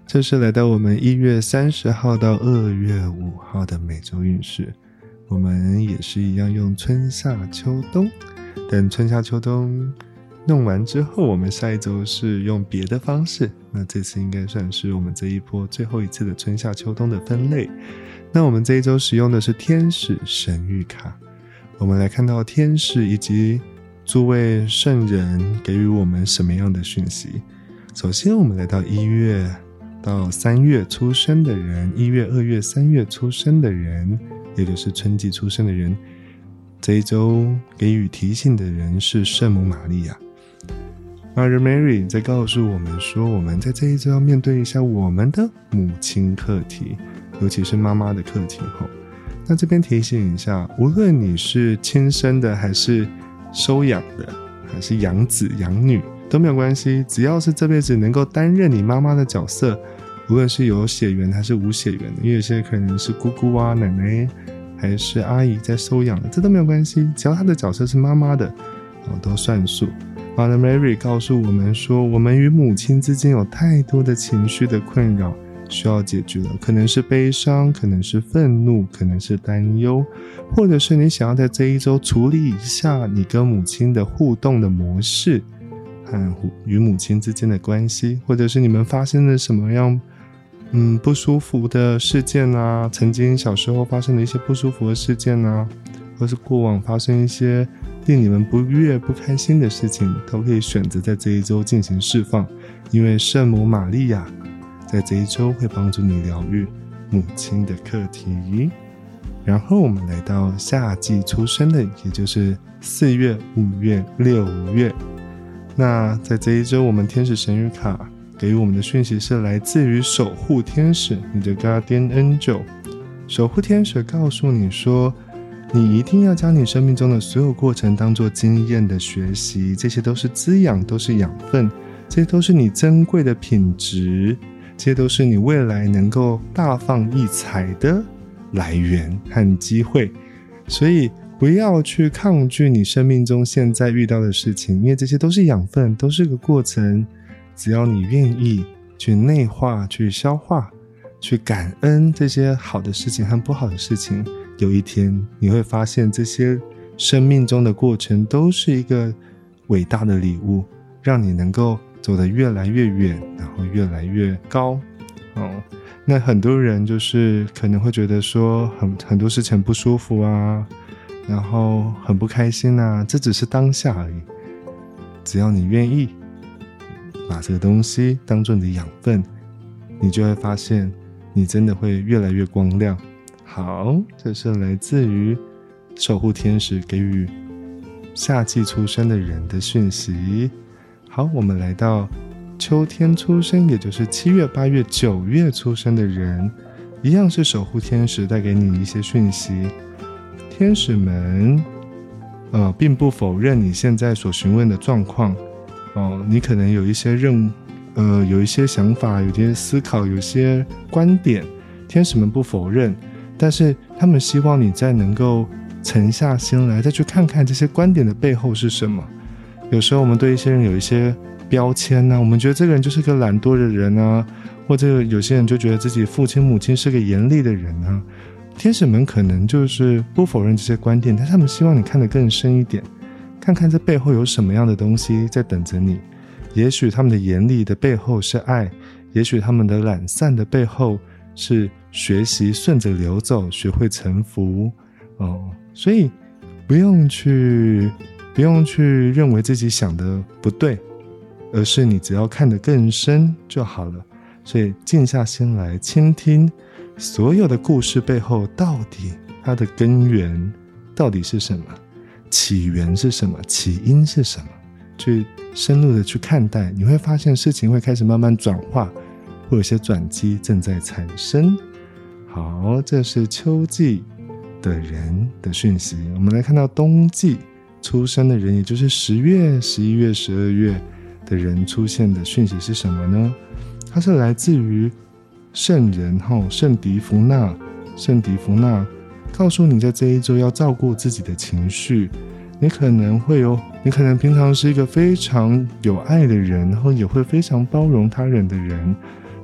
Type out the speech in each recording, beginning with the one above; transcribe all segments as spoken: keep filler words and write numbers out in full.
这是来到我们一月三十号到二月五号的每周运势。我们也是一样用春夏秋冬，等春夏秋冬弄完之后，我们下一周是用别的方式。那这次应该算是我们这一波最后一次的春夏秋冬的分类。那我们这一周使用的是天使神谕卡，我们来看到天使以及诸位圣人给予我们什么样的讯息。首先我们来到一月到三月出生的人，一月、二月、三月出生的人，也就是春季出生的人，这一周给予提醒的人是圣母玛利亚。Mother Mary 在告诉我们说，我们在这一周要面对一下我们的母亲课题，尤其是妈妈的课题后。那这边提醒一下，无论你是亲生的还是收养的，还是养子养女都没有关系，只要是这辈子能够担任你妈妈的角色，无论是有血缘还是无血缘的，因为有些可能是姑姑啊、奶奶还是阿姨在收养的，这都没有关系，只要她的角色是妈妈的、哦、都算数。Mother Mary 告诉我们说，我们与母亲之间有太多的情绪的困扰需要解决了，可能是悲伤，可能是愤怒，可能是担忧，或者是你想要在这一周处理一下你跟母亲的互动的模式和与母亲之间的关系，或者是你们发生了什么样嗯不舒服的事件啊，曾经小时候发生的一些不舒服的事件啊，或是过往发生一些令你们不悦不开心的事情，都可以选择在这一周进行释放，因为圣母玛利亚在这一周会帮助你疗愈母亲的课题。然后我们来到夏季出生的，也就是四月、五月、六月。那在这一周，我们天使神谕卡给予我们的讯息是来自于守护天使，你的 Guardian Angel。 守护天使告诉你说，你一定要将你生命中的所有过程当作经验的学习，这些都是滋养，都是养分，这些都是你珍贵的品质，这些都是你未来能够大放异彩的来源和机会。所以不要去抗拒你生命中现在遇到的事情，因为这些都是养分，都是个过程，只要你愿意去内化、去消化、去感恩这些好的事情和不好的事情，有一天你会发现这些生命中的过程都是一个伟大的礼物，让你能够走得越来越远，然后越来越高、哦、那很多人就是可能会觉得说 很, 很多事情不舒服啊，然后很不开心啊，这只是当下而已。只要你愿意把这个东西当作你的养分，你就会发现你真的会越来越光亮。好，这是来自于守护天使给予夏季出生的人的讯息。好，我们来到秋天出生，也就是七月、八月、九月出生的人，一样是守护天使带给你一些讯息。天使们呃，并不否认你现在所询问的状况、呃、你可能有一些认呃，有一些想法，有些思考，有些观点，天使们不否认，但是他们希望你再能够沉下心来，再去看看这些观点的背后是什么。有时候我们对一些人有一些标签啊，我们觉得这个人就是个懒惰的人啊，或者有些人就觉得自己父亲母亲是个严厉的人啊。天使们可能就是不否认这些观点，但他们希望你看得更深一点，看看这背后有什么样的东西在等着你。也许他们的严厉的背后是爱，也许他们的懒散的背后是学习顺着流走，学会臣服、哦、所以不用去不用去认为自己想的不对，而是你只要看得更深就好了。所以静下心来倾听所有的故事背后，到底它的根源到底是什么，起源是什么，起因是什么，去深入的去看待，你会发现事情会开始慢慢转化，会有些转机正在产生。好，这是秋季的人的讯息。我们来看到冬季出生的人，也就是十月、十一月、十二月的人出现的讯息是什么呢？它是来自于圣人圣迪福纳，圣迪福纳告诉你在这一周要照顾自己的情绪。你可能会有，你可能平常是一个非常有爱的人，然后也会非常包容他人的人，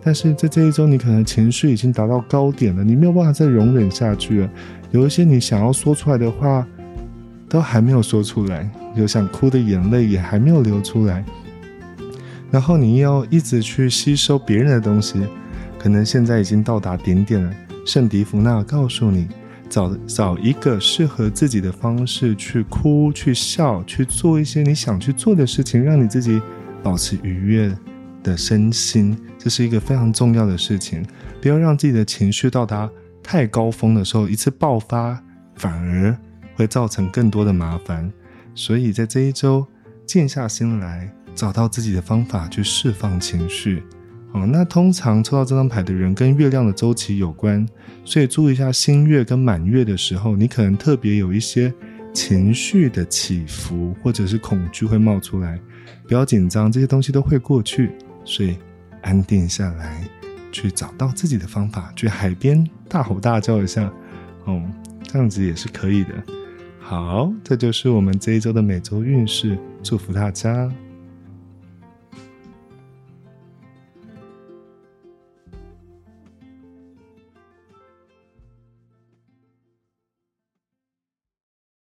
但是在这一周你可能情绪已经达到高点了，你没有办法再容忍下去了，有一些你想要说出来的话都还没有说出来，有想哭的眼泪也还没有流出来，然后你要一直去吸收别人的东西，可能现在已经到达顶点了。圣迪福纳告诉你，找找一个适合自己的方式去哭去笑，去做一些你想去做的事情，让你自己保持愉悦的身心，这是一个非常重要的事情。不要让自己的情绪到达太高峰的时候一次爆发，反而会造成更多的麻烦。所以在这一周静下心来，找到自己的方法去释放情绪。哦，那通常抽到这张牌的人跟月亮的周期有关，所以注意一下新月跟满月的时候，你可能特别有一些情绪的起伏，或者是恐惧会冒出来，不要紧张，这些东西都会过去，所以安定下来，去找到自己的方法，去海边大吼大叫一下，哦，这样子也是可以的。好，这就是我们这一周的每周运势，祝福大家。